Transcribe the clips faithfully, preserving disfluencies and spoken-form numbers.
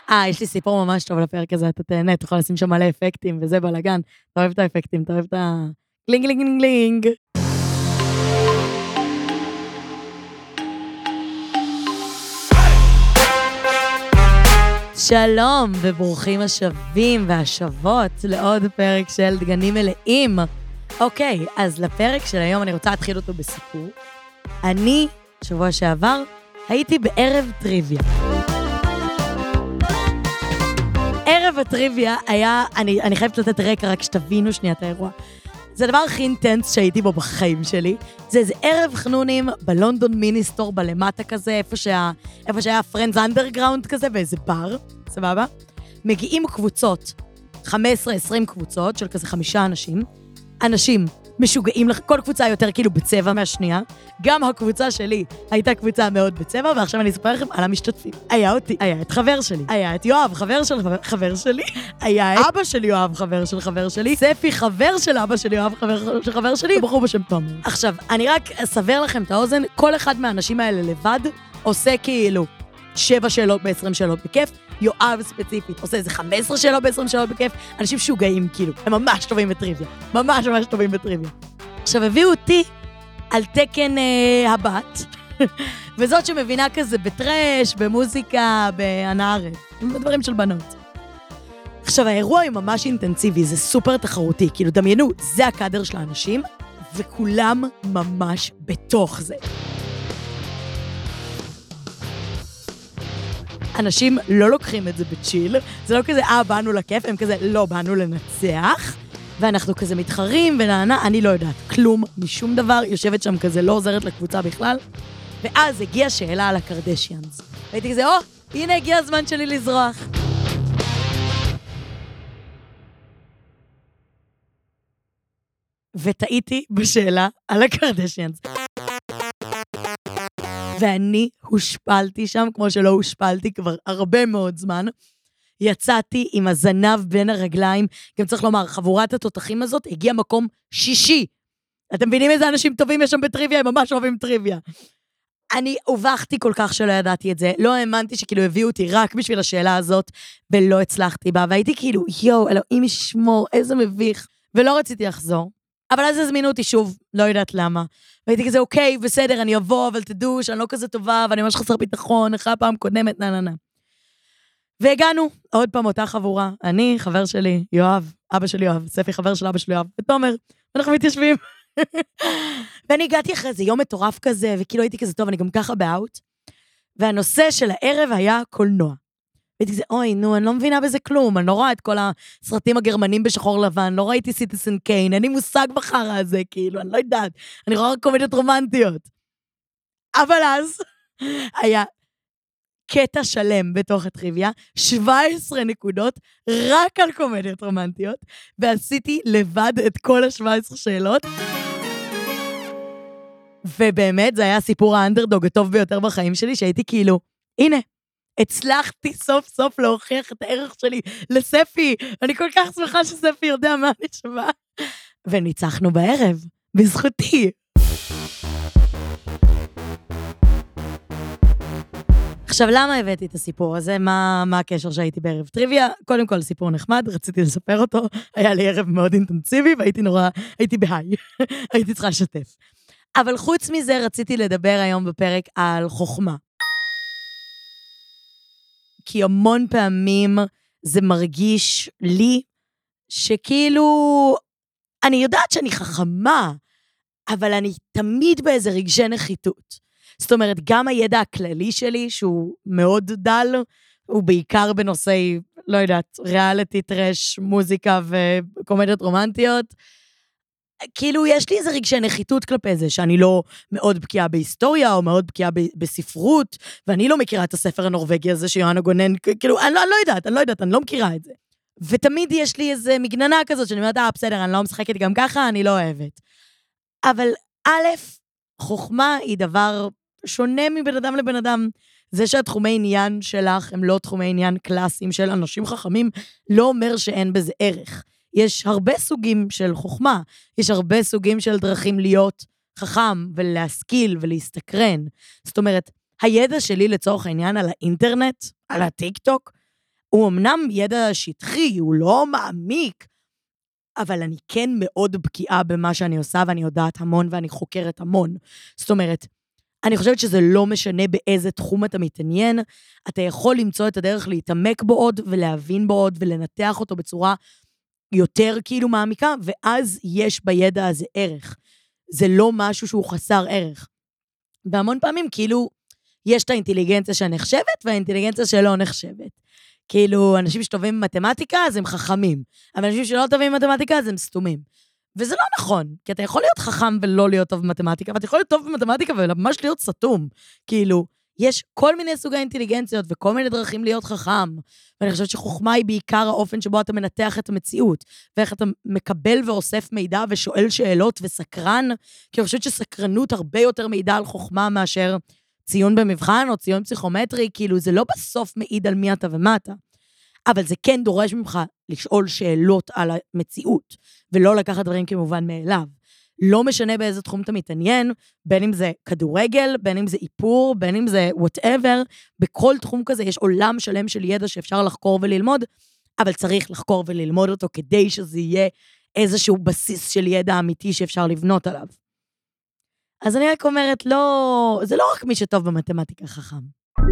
אה, יש לי סיפור ממש טוב לפרק הזה, אתה תהנה, תוכל לשים שם מלא אפקטים, וזה בלגן. אתה אוהב את האפקטים, אתה אוהב את ה... גלינג, גלינג, גלינג, גלינג. שלום, וברוכים השבים והשבות לעוד פרק של דגנים מלאים. אוקיי, אז לפרק של היום אני רוצה להתחיל אותו בסיפור. אני, שבוע שעבר, הייתי בערב טריוויה. ערב הטריוויה היה, אני, אני חייבת לתת רקע רק שתבינו שנייה את האירוע. זה הדבר הכי אינטנס שהייתי בו בחיים שלי. זה איזה ערב חנונים בלונדון מיניסטור בלמטה כזה, איפה שהיה, איפה שהיה פרנדס אנדרגראונד כזה, באיזה בר, סבבה? מגיעים קבוצות, חמש עשרה עשרים קבוצות של כזה חמישה אנשים, אנשים משוגעים, כל קבוצה יותר כאילו בצבע מהשנייה, גם הקבוצה שלי הייתה קבוצה מאוד בצבע, ועכשיו אני אספר לכם על המשתתפים. היה אותי, היה את חבר שלי, היה את יואב, חבר של חבר, חבר שלי, היה את אבא של יואב, חבר של חבר שלי, ספי, חבר של אבא של יואב, חבר של חבר שלי, בחור בשם תומר. עכשיו, אני רק אסבר לכם את האוזן, כל אחד מהאנשים האלה לבד עושה כאילו שבע שאלות ב-עשרים שאלות בכיף, יואב ספציפית עושה איזה חמש עשרה שאלות ב-עשרים שאלות בכיף, אנשים שוגעים כאילו, הם ממש טובים בטריוויה, ממש ממש טובים בטריוויה. עכשיו הביאו אותי על תקן אה, הבת, וזאת שמבינה כזה בטרש, במוזיקה, בהנערת, בדברים של בנות. עכשיו האירוע הוא ממש אינטנסיבי, זה סופר תחרותי, כאילו דמיינו, זה הקאדר של האנשים, וכולם ממש בתוך זה. אנשים לא לוקחים את זה בצ'יל, זה לא כזה, אה, באנו לכיף, הם כזה, לא, באנו לנצח, ואנחנו כזה מתחרים ונענה, אני לא יודעת, כלום, משום דבר, יושבת שם כזה, לא עוזרת לקבוצה בכלל, ואז הגיעה שאלה על הקרדשיאנס. והייתי כזה, או, הנה הגיע הזמן שלי לזרוח. וטעיתי בשאלה על הקרדשיאנס. ואני הושפלתי שם, כמו שלא הושפלתי כבר הרבה מאוד זמן. יצאתי עם הזנב בין הרגליים, גם צריך לומר, חבורת התותחים הזאת הגיעה מקום שישי. אתם מבינים איזה אנשים טובים יש שם בטריוויה, הם ממש אוהבים טריוויה. אני הובכתי כל כך שלא ידעתי את זה, לא האמנתי שכאילו הביאו אותי רק בשביל השאלה הזאת, ולא הצלחתי בה, והייתי כאילו, יו, אלוהים ישמור, איזה מביך, ולא רציתי לחזור. אבל אז הזמינו אותי שוב, לא יודעת למה. והייתי כזה, אוקיי, בסדר, אני אבוא, אבל תדעו שאני לא כזה טובה, ואני ממש חסר ביטחון, אחרי הפעם קודמת, נה, נה, נה. והגענו, עוד פעם אותה חבורה, אני, חבר שלי, יואב, אבא שלי יואב, ספי חבר של אבא שלי יואב, ותומר, אנחנו מתיישבים. ואני הגעתי אחרי זה יום מטורף כזה, וכאילו הייתי כזה טוב, אני גם ככה באוט, והנושא של הערב היה קולנוע. והייתי כזה, אוי, נו, אני לא מבינה בזה כלום, אני לא רואה את כל הסרטים הגרמנים בשחור לבן, לא ראיתי סיטיזן קיין, אין לי מושג בחרה הזה, כאילו, אני לא יודעת, אני רואה רק קומדיות רומנטיות. אבל אז היה קטע שלם בתוך הטריוויה, שבע עשרה נקודות, רק על קומדיות רומנטיות, ועשיתי לבד את כל ה-שבע עשרה שאלות, ובאמת זה היה סיפור האנדרדוג הטוב ביותר בחיים שלי, שהייתי כאילו, הנה, הצלחתי סוף סוף להוכיח את הערך שלי לספי, אני כל כך שמחה שספי יודע מה אני שווה, וניצחנו בערב, בזכותי. עכשיו, למה הבאתי את הסיפור הזה? מה, מה הקשר שהייתי בערב טריוויה? קודם כל, סיפור נחמד, רציתי לספר אותו, היה לי ערב מאוד אינטנסיבי, והייתי נורא, הייתי בהיי, הייתי צריכה לשתף. אבל חוץ מזה, רציתי לדבר היום בפרק על חוכמה. כי המון פעמים זה מרגיש לי שכאילו, אני יודעת שאני חכמה, אבל אני תמיד באיזה רגשי נחיתות. זאת אומרת, גם הידע הכללי שלי, שהוא מאוד דל, הוא בעיקר בנושאי, לא יודעת, ריאליטי, טרש, מוזיקה וקומדיות רומנטיות, כאילו יש לי איזה רגשי נחיתות כלפי זה, שאני לא מאוד בקיאה בהיסטוריה, או מאוד בקיאה בספרות, ואני לא מכירה את הספר הנורווגי הזה, שיואנה גונן, כאילו, אני לא, אני לא יודעת, אני לא יודעת, אני לא מכירה את זה. ותמיד יש לי איזה מגננה כזאת, שאני אומרת, אה, בסדר, אני לא משחקת גם ככה, אני לא אוהבת. אבל א', חוכמה היא דבר שונה מבן אדם לבן אדם. זה שהתחומי עניין שלך הם לא תחומי עניין קלאסיים של אנשים חכמים, לא אומר שאין בזה ערך. יש הרבה סוגים של חוכמה, יש הרבה סוגים של דרכים להיות חכם ולהשכיל ולהסתקרן. זאת אומרת, הידע שלי לצורך העניין על האינטרנט, על הטיק טוק, הוא אמנם ידע שטחי, הוא לא מעמיק, אבל אני כן מאוד בקיאה במה שאני עושה, ואני יודעת המון ואני חוקרת המון. זאת אומרת, אני חושבת שזה לא משנה באיזה תחום אתה מתעניין, אתה יכול למצוא את הדרך להתעמק בו עוד, ולהבין בו עוד, ולנתח אותו בצורה יותר כאילו מעמיקה, ואז יש בידע הזה ערך. זה לא משהו שהוא חסר ערך. והמון פעמים כאילו, יש את האינטליגנציה שנחשבת, והאינטליגנציה שלא נחשבת. כאילו, אנשים שטובים במתמטיקה, אז הם חכמים. אבל אנשים שלא טובים במתמטיקה, אז הם סתומים. וזה לא נכון, כי אתה יכול להיות חכם ולא להיות טוב במתמטיקה, ואתה יכול להיות טוב במתמטיקה וממש להיות סתום. כאילו, יש כל מיני סוגי אינטליגנציות וכל מיני דרכים להיות חכם. ואני חושבת שחוכמה היא בעיקר האופן שבו אתה מנתח את המציאות, ואיך אתה מקבל ואוסף מידע ושואל שאלות וסקרן, כי אני חושבת שסקרנות הרבה יותר מידע על חוכמה מאשר ציון במבחן או ציון פסיכומטרי, כאילו זה לא בסוף מעיד על מי אתה ומה אתה. אבל זה כן דורש ממך לשאול שאלות על המציאות, ולא לקחת דברים כמובן מאליו. לא משנה באיזה תחום אתה מתעניין, בין אם זה כדורגל, בין אם זה איפור, בין אם זה whatever, בכל תחום כזה יש עולם שלם של ידע שאפשר לחקור וללמוד, אבל צריך לחקור וללמוד אותו כדי שזה יהיה איזשהו בסיס של ידע אמיתי שאפשר לבנות עליו. אז אני רק אומרת, לא, זה לא רק מי שטוב במתמטיקה חכם.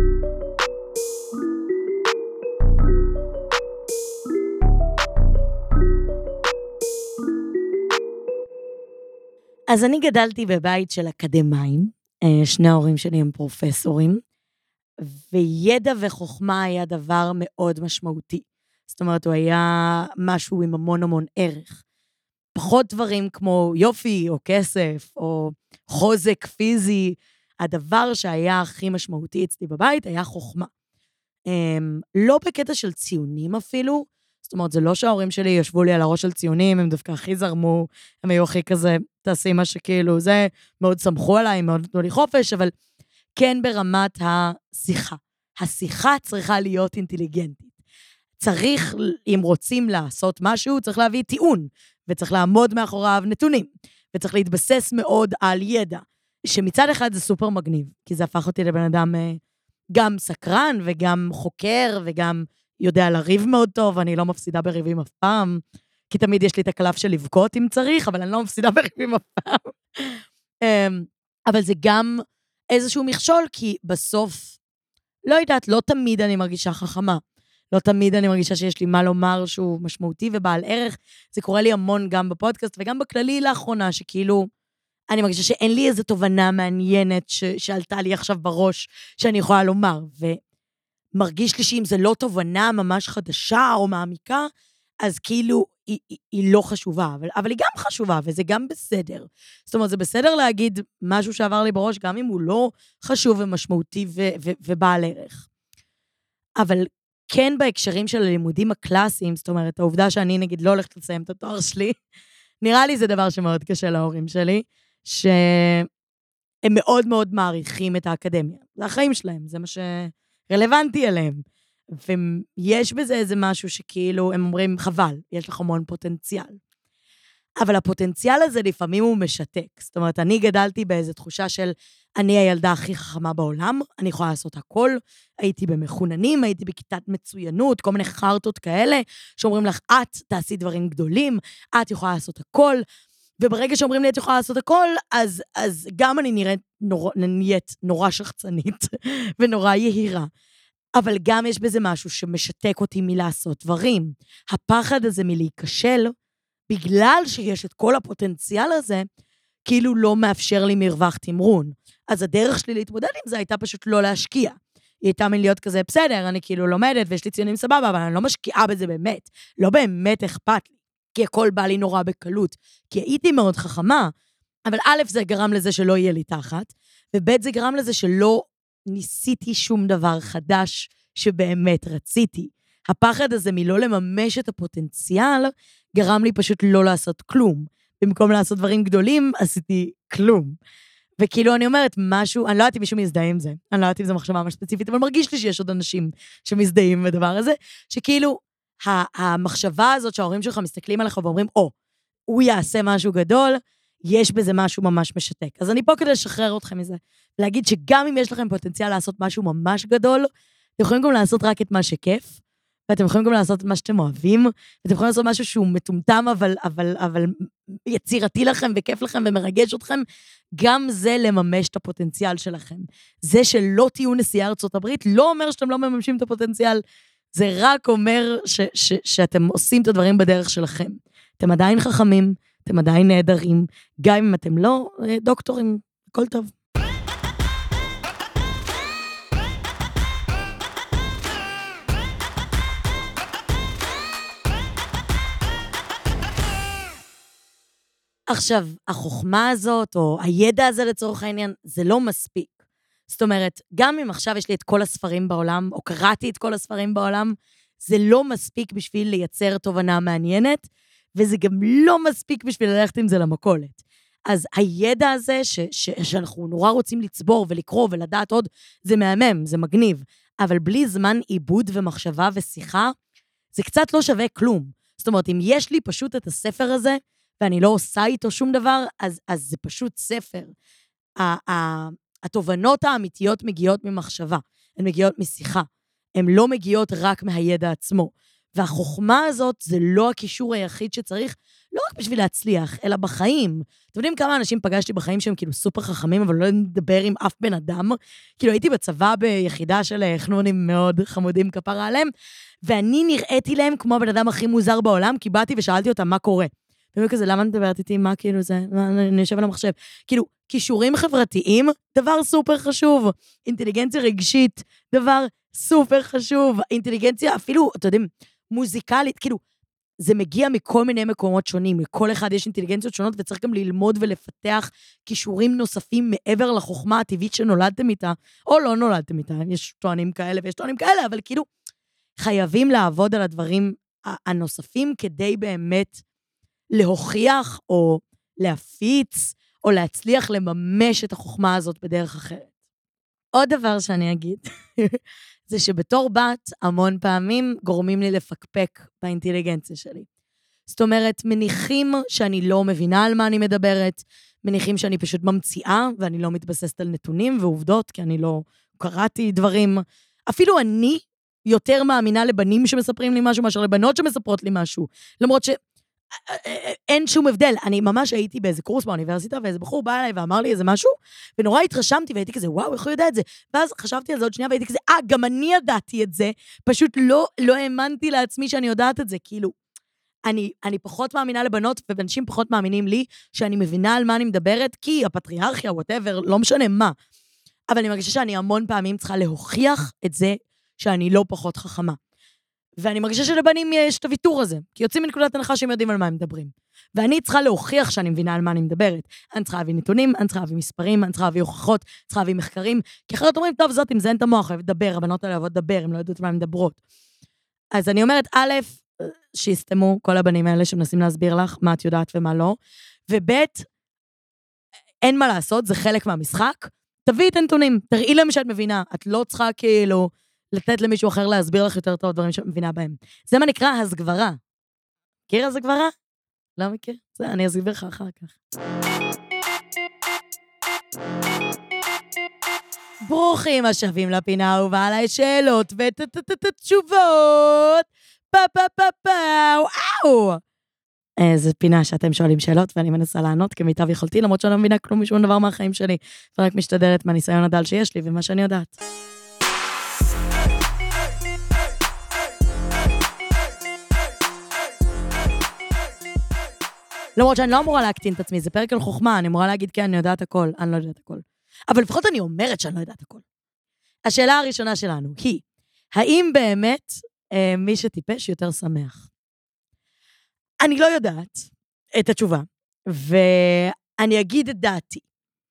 אז אני גדלתי בבית של אקדמיים, שני ההורים שלי הם פרופסורים, וידע וחוכמה היה דבר מאוד משמעותי. זאת אומרת, הוא היה משהו עם המון המון ערך. פחות דברים כמו יופי או כסף או חוזק פיזי, הדבר שהיה הכי משמעותי אצלי בבית היה חוכמה. לא בקטע של ציונים אפילו, זאת אומרת, זה לא שההורים שלי ישבו לי על הראש של ציונים, הם דווקא הכי זרמו, הם היו הכי כזה, תעשי מה שכאילו, זה מאוד סמכו עליי, מאוד נתנו לי חופש, אבל כן ברמת השיחה. השיחה צריכה להיות אינטליגנטית. צריך, אם רוצים לעשות משהו, צריך להביא טיעון, וצריך לעמוד מאחוריו נתונים, וצריך להתבסס מאוד על ידע, שמצד אחד זה סופר מגניב, כי זה הפך אותי לבן אדם גם סקרן, וגם חוקר, וגם יודע לריב מאוד טוב, אני לא מפסידה בריבים אף פעם, כי תמיד יש לי את הקלף של לבכות אם צריך, אבל אני לא מפסידה בריבים אף פעם. אבל זה גם איזשהו מכשול, כי בסוף, לא יודעת, לא תמיד אני מרגישה חכמה, לא תמיד אני מרגישה שיש לי מה לומר שהוא משמעותי ובעל ערך, זה קורה לי המון גם בפודקאסט, וגם בכללי לאחרונה, שכאילו, אני מרגישה שאין לי איזו תובנה מעניינת, ש- שעלתה לי עכשיו בראש, שאני יכולה לומר, ומרגיש לי שאם זה לא תובנה ממש חדשה או מעמיקה, אז כאילו היא, היא, היא לא חשובה, אבל, אבל היא גם חשובה, וזה גם בסדר. זאת אומרת, זה בסדר להגיד משהו שעבר לי בראש, גם אם הוא לא חשוב ומשמעותי ו- ו- ובעל ערך. אבל כן בהקשרים של הלימודים הקלאסיים, זאת אומרת, העובדה שאני נגיד לא הולכת לסיים את התואר שלי, נראה לי זה דבר שמאוד קשה להורים שלי, שהם מאוד מאוד מעריכים את האקדמיה. זה החיים שלהם, זה מה שרלוונטי אליהם. ויש בזה איזה משהו שכאילו, הם אומרים, חבל, יש לך המון פוטנציאל. אבל הפוטנציאל הזה לפעמים הוא משתק. זאת אומרת, אני גדלתי באיזו תחושה של, אני הילדה הכי חכמה בעולם, אני יכולה לעשות הכל, הייתי במחוננים, הייתי בכיתת מצוינות, כל מיני חרטות כאלה, שאומרים לך, את תעשי דברים גדולים, את יכולה לעשות הכל, וברגע שאומרים לי, את יכולה לעשות הכל, אז, אז גם אני נראית נורא, נהיית נורא שחצנית, ונורא יהירה. אבל גם יש בזה משהו שמשתק אותי מלעשות דברים. הפחד הזה מלהיכשל, בגלל שיש את כל הפוטנציאל הזה, כאילו לא מאפשר לי מרווח תמרון. אז הדרך שלי להתמודד עם זה הייתה פשוט לא להשקיע. היא הייתה מן להיות כזה, בסדר, אני כאילו לומדת ויש לי ציונים סבבה, אבל אני לא משקיעה בזה באמת. לא באמת אכפת לי, כי הכל בא לי נורא בקלות. כי הייתי מאוד חכמה, אבל א' זה גרם לזה שלא יהיה לי תחת, וב' זה גרם לזה שלא ניסיתי שום דבר חדש שבאמת רציתי. הפחד הזה מלא לממש את הפוטנציאל, גרם לי פשוט לא לעשות כלום. במקום לעשות דברים גדולים, עשיתי כלום. וכאילו אני אומרת משהו, אני לא יודעת אם מישהו מזדהה עם זה, אני לא יודעת אם זו מחשבה ממש ספציפית, אבל מרגיש לי שיש עוד אנשים שמזדהים בדבר הזה, שכאילו המחשבה הזאת שההורים שלך מסתכלים עליך ואומרים, או, הוא יעשה משהו גדול, יש בזה משהו ממש משתק. אז אני פה כדי לשחרר אתכם מזה, להגיד שגם אם יש לכם פוטנציאל לעשות משהו ממש גדול, אתם יכולים גם לעשות רק את מה שכיף, ואתם יכולים גם לעשות מה שאתם אוהבים, ואתם יכולים לעשות משהו שהוא מטומטם, אבל, אבל, אבל יצירתי לכם, וכיף לכם, ומרגש אתכם, גם זה לממש את הפוטנציאל שלכם. זה שלא תהיו נשיאי ארצות הברית, לא אומר שאתם לא מממשים את הפוטנציאל, זה רק אומר ש, ש, שאתם עושים את הדברים בדרך שלכם. אתם עדיין חכמים, אתם עדיין נהדרים, גם אם אתם לא דוקטורים, הכל טוב. עכשיו, החוכמה הזאת, או הידע הזה לצורך העניין, זה לא מספיק. זאת אומרת, גם אם עכשיו יש לי את כל הספרים בעולם, או קראתי את כל הספרים בעולם, זה לא מספיק בשביל לייצר תובנה מעניינת, וזה גם לא מספיק בשביל ללכת עם זה למכולת. אז הידע הזה, ש- ש- שאנחנו נורא רוצים לצבור ולקרוא ולדעת עוד, זה מהמם, זה מגניב. אבל בלי זמן עיבוד ומחשבה ושיחה, זה קצת לא שווה כלום. זאת אומרת, אם יש לי פשוט את הספר הזה, ואני לא עושה איתו שום דבר, אז, אז זה פשוט ספר. התובנות האמיתיות מגיעות ממחשבה, הן מגיעות משיחה, הן לא מגיעות רק מהידע עצמו. והחוכמה הזאת זה לא הקישור היחיד שצריך, לא רק בשביל להצליח, אלא בחיים. אתם יודעים כמה אנשים פגשתי בחיים שהם כאילו סופר חכמים, אבל לא לדבר עם אף בן אדם? כאילו הייתי בצבא ביחידה של חנונים מאוד חמודים כפרה עליהם, ואני נראיתי להם כמו הבן אדם הכי מוזר בעולם, כי באתי ושאלתי אותם מה קורה. והם כזה, למה נדברת איתי? מה כאילו זה? אני יושב על המחשב. כאילו, כישורים חברתיים, דבר סופר חשוב. אינטליגנציה רגשית, דבר סופר חשוב. אינטליגנציה אפילו, אתם יודעים, מוזיקלית, כאילו, זה מגיע מכל מיני מקומות שונים. לכל אחד יש אינטליגנציות שונות, וצריך גם ללמוד ולפתח כישורים נוספים מעבר לחוכמה הטבעית שנולדתם איתה, או לא נולדתם איתה. יש טוענים כאלה ויש טוענים כאלה, אבל כאילו, חייבים לעבוד על הדברים הנוספים כדי באמת להוכיח או להפיץ או להצליח לממש את החוכמה הזאת בדרך אחרת. עוד דבר שאני אגיד, זה שבתור בת המון פעמים גורמים לי לפקפק באינטליגנציה שלי. זאת אומרת, מניחים שאני לא מבינה על מה אני מדברת, מניחים שאני פשוט ממציאה ואני לא מתבססת על נתונים ועובדות, כי אני לא קראתי דברים. אפילו אני יותר מאמינה לבנים שמספרים לי משהו מאשר לבנות שמספרות לי משהו. למרות ש... אין שום הבדל. אני ממש הייתי באיזה קורס באוניברסיטה, ואיזה בחור בא אליי ואמר לי איזה משהו, ונורא התרשמתי, והייתי כזה, וואו, איך הוא יודע את זה? ואז חשבתי על זה עוד שנייה, והייתי כזה, אה, גם אני ידעתי את זה, פשוט לא, לא האמנתי לעצמי שאני יודעת את זה, כאילו, אני, אני פחות מאמינה לבנות, ובנשים פחות מאמינים לי, שאני מבינה על מה אני מדברת, כי הפטריארכיה, whatever, לא משנה מה. אבל אני מרגישה שאני המון פעמים צריכה להוכיח את זה, שאני לא פחות חכמה. ואני מרגישה שלבנים יש את הוויתור הזה, כי יוצאים מנקודת הנחה שהם יודעים על מה הם מדברים. ואני צריכה להוכיח שאני מבינה על מה אני מדברת. אני צריכה להביא נתונים, אני צריכה להביא מספרים, אני צריכה להביא הוכחות, צריכה להביא מחקרים, כי אחרת אומרים, טוב, זאת, אם זה אין את המוח, אוהב לדבר, הבנות האלה אוהבות לדבר, הם לא יודעות מה הם מדברות. אז אני אומרת, א', שיסתמו כל הבנים האלה שמנסים להסביר לך מה את יודעת ומה לא, וב', אין מה לעשות, זה חלק מהמשחק, תביאי את הנתונים, תראי להם שאת מבינה, את לא צריכה כאילו לתת למישהו אחר להסביר לך יותר טוב דברים שאת מבינה בהם. זה מה נקרא הסגברה. מכיר הסגברה? לא מכיר? זה, אני אסביר לך אחר כך. ברוכים השבים לפינה האהובה עליי, שאלות ותשובות. פה פה פה פה, וואו. זו פינה שאתם שואלים שאלות, ואני מנסה לענות כמיטב יכולתי, למרות שאני לא מבינה כלום משום דבר מהחיים שלי, ורק משתדלת מהניסיון הדל שיש לי ומה שאני יודעת. למרות שאני לא אמורה להקטין את עצמי, זה פרק על חוכמה, אני אמורה להגיד, כן, אני יודעת הכל, אני לא יודעת הכל. אבל לפחות אני אומרת שאני לא יודעת הכל. השאלה הראשונה שלנו היא, האם באמת אה, מי שטיפש יותר שמח? אני לא יודעת את התשובה, ואני אגיד את דעתי.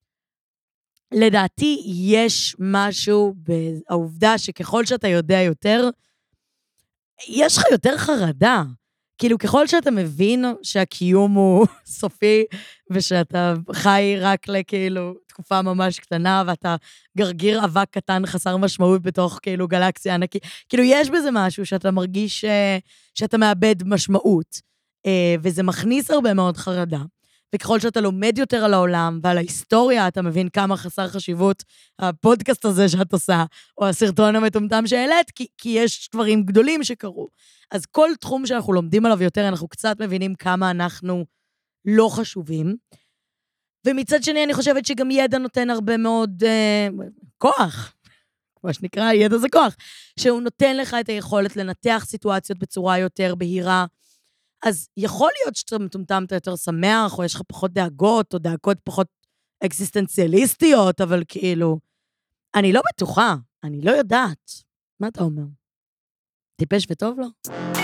לדעתי יש משהו בעובדה שככל שאתה יודע יותר, יש לך יותר חרדה. כאילו, ככל שאתה מבין שהקיום הוא סופי, ושאתה חי רק לכאילו תקופה ממש קטנה, ואתה גרגיר אבק קטן חסר משמעות בתוך כאילו גלקסיה ענקית, כאילו יש בזה משהו שאתה מרגיש שאתה מאבד משמעות, וזה מכניס הרבה מאוד חרדה. וככל שאתה לומד יותר על העולם ועל ההיסטוריה, אתה מבין כמה חסר חשיבות הפודקאסט הזה שאת עושה, או הסרטון המטומטם שהעלית, כי, כי יש דברים גדולים שקרו. אז כל תחום שאנחנו לומדים עליו יותר, אנחנו קצת מבינים כמה אנחנו לא חשובים. ומצד שני, אני חושבת שגם ידע נותן הרבה מאוד אה, כוח. מה שנקרא, ידע זה כוח. שהוא נותן לך את היכולת לנתח סיטואציות בצורה יותר בהירה. אז יכול להיות שאתה מטומטם, אתה יותר שמח, או יש לך פחות דאגות, או דאגות פחות אקסיסטנציאליסטיות, אבל כאילו, אני לא בטוחה, אני לא יודעת. מה אתה אומר? טיפש וטוב לו?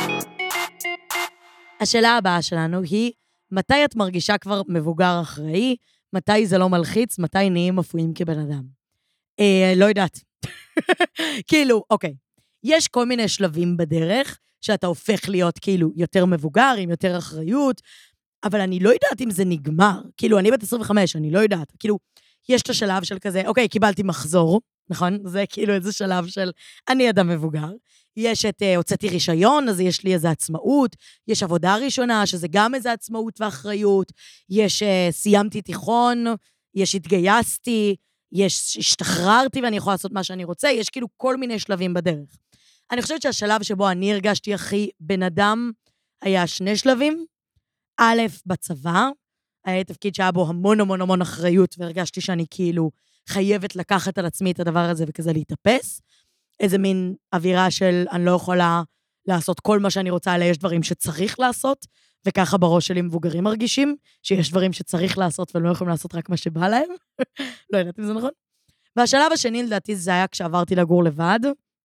השאלה הבאה שלנו היא, מתי את מרגישה כבר מבוגר אחראי? מתי זה לא מלחיץ? מתי נהיים אפויים כבן אדם? אה, לא יודעת. כאילו, אוקיי. יש כל מיני שלבים בדרך, שאתה הופך להיות כאילו יותר מבוגר, עם יותר אחריות, אבל אני לא יודעת אם זה נגמר. כאילו, אני בת עשרים וחמש, אני לא יודעת. כאילו, יש את השלב של כזה, אוקיי, קיבלתי מחזור, נכון? זה כאילו איזה שלב של אני אדם מבוגר. יש את, הוצאתי רישיון, אז יש לי איזו עצמאות. יש עבודה ראשונה, שזה גם איזו עצמאות ואחריות. יש, סיימתי תיכון, יש התגייסתי, יש, השתחררתי ואני יכולה לעשות מה שאני רוצה. יש כאילו כל מיני שלבים בדרך. אני חושבת שהשלב שבו אני הרגשתי הכי בן אדם, היה שני שלבים. א', בצבא, היה תפקיד שהיה בו המון המון המון אחריות, והרגשתי שאני כאילו חייבת לקחת על עצמי את הדבר הזה וכזה להתאפס. איזה מין אווירה של אני לא יכולה לעשות כל מה שאני רוצה, אלא יש דברים שצריך לעשות, וככה בראש שלי מבוגרים מרגישים, שיש דברים שצריך לעשות ולא יכולים לעשות רק מה שבא להם. לא יודעת אם זה נכון. והשלב השני, לדעתי, זה היה כשעברתי לגור לבד,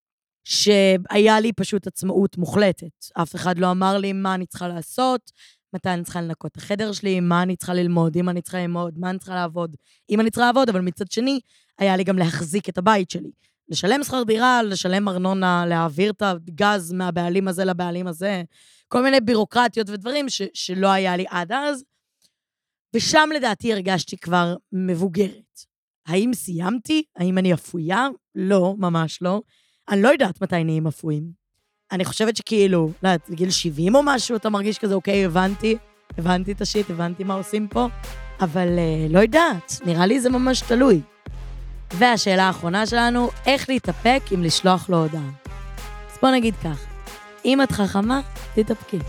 שהיה לי פשוט עצמאות מוחלטת. אף אחד לא אמר לי מה אני צריכה לעשות, מתי אני צריכה לנקות את החדר שלי, מה אני צריכה ללמוד, אם אני צריכה ללמוד, מה אני צריכה לעבוד, אם אני צריכה לעבוד, אבל מצד שני, היה לי גם להחזיק את הבית שלי. לשלם שכר דירה, לשלם ארנונה, להעביר את הגז מהבעלים הזה לבעלים הזה, כל מיני בירוקרטיות ודברים ש- שלא היה לי עד אז, ושם לדעתי הרגשתי כבר מבוגרת. האם סיימתי? האם אני אפויה? לא, ממש לא. אני לא יודעת מתי נהיים אפויים. אני חושבת שכאילו, לא יודעת, בגיל שבעים או משהו, אתה מרגיש כזה, אוקיי, הבנתי, הבנתי את השיט, הבנתי מה עושים פה, אבל אה, לא יודעת, נראה לי זה ממש תלוי. והשאלה האחרונה שלנו, איך להתאפק אם לשלוח לו הודעה? אז בוא נגיד כך, אם את חכמה, תתאפקי.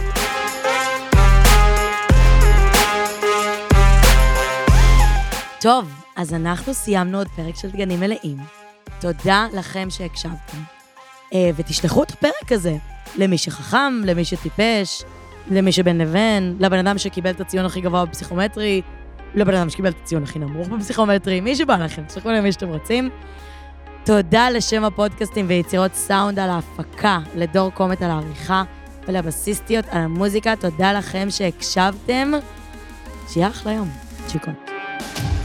טוב, אז אנחנו סיימנו עוד פרק של דגנים מלאים. תודה לכם שהקשבתם. ותשלחו את הפרק הזה למי שחכם, למי שטיפש, למי שבין לבין, לבן אדם שקיבל את הציון הכי גבוה בפסיכומטרי, לבן אדם שקיבל את הציון הכי נמוך בפסיכומטרי, מי שבא לכם, תשלחו למי שאתם רוצים. תודה לשם הפודקאסטים ויצירות סאונד על ההפקה, לדור קומט על העריכה ולבסיסטיות על המוזיקה. תודה לכם שהקשבתם. שיהיה אחלה יום. צ'יקות.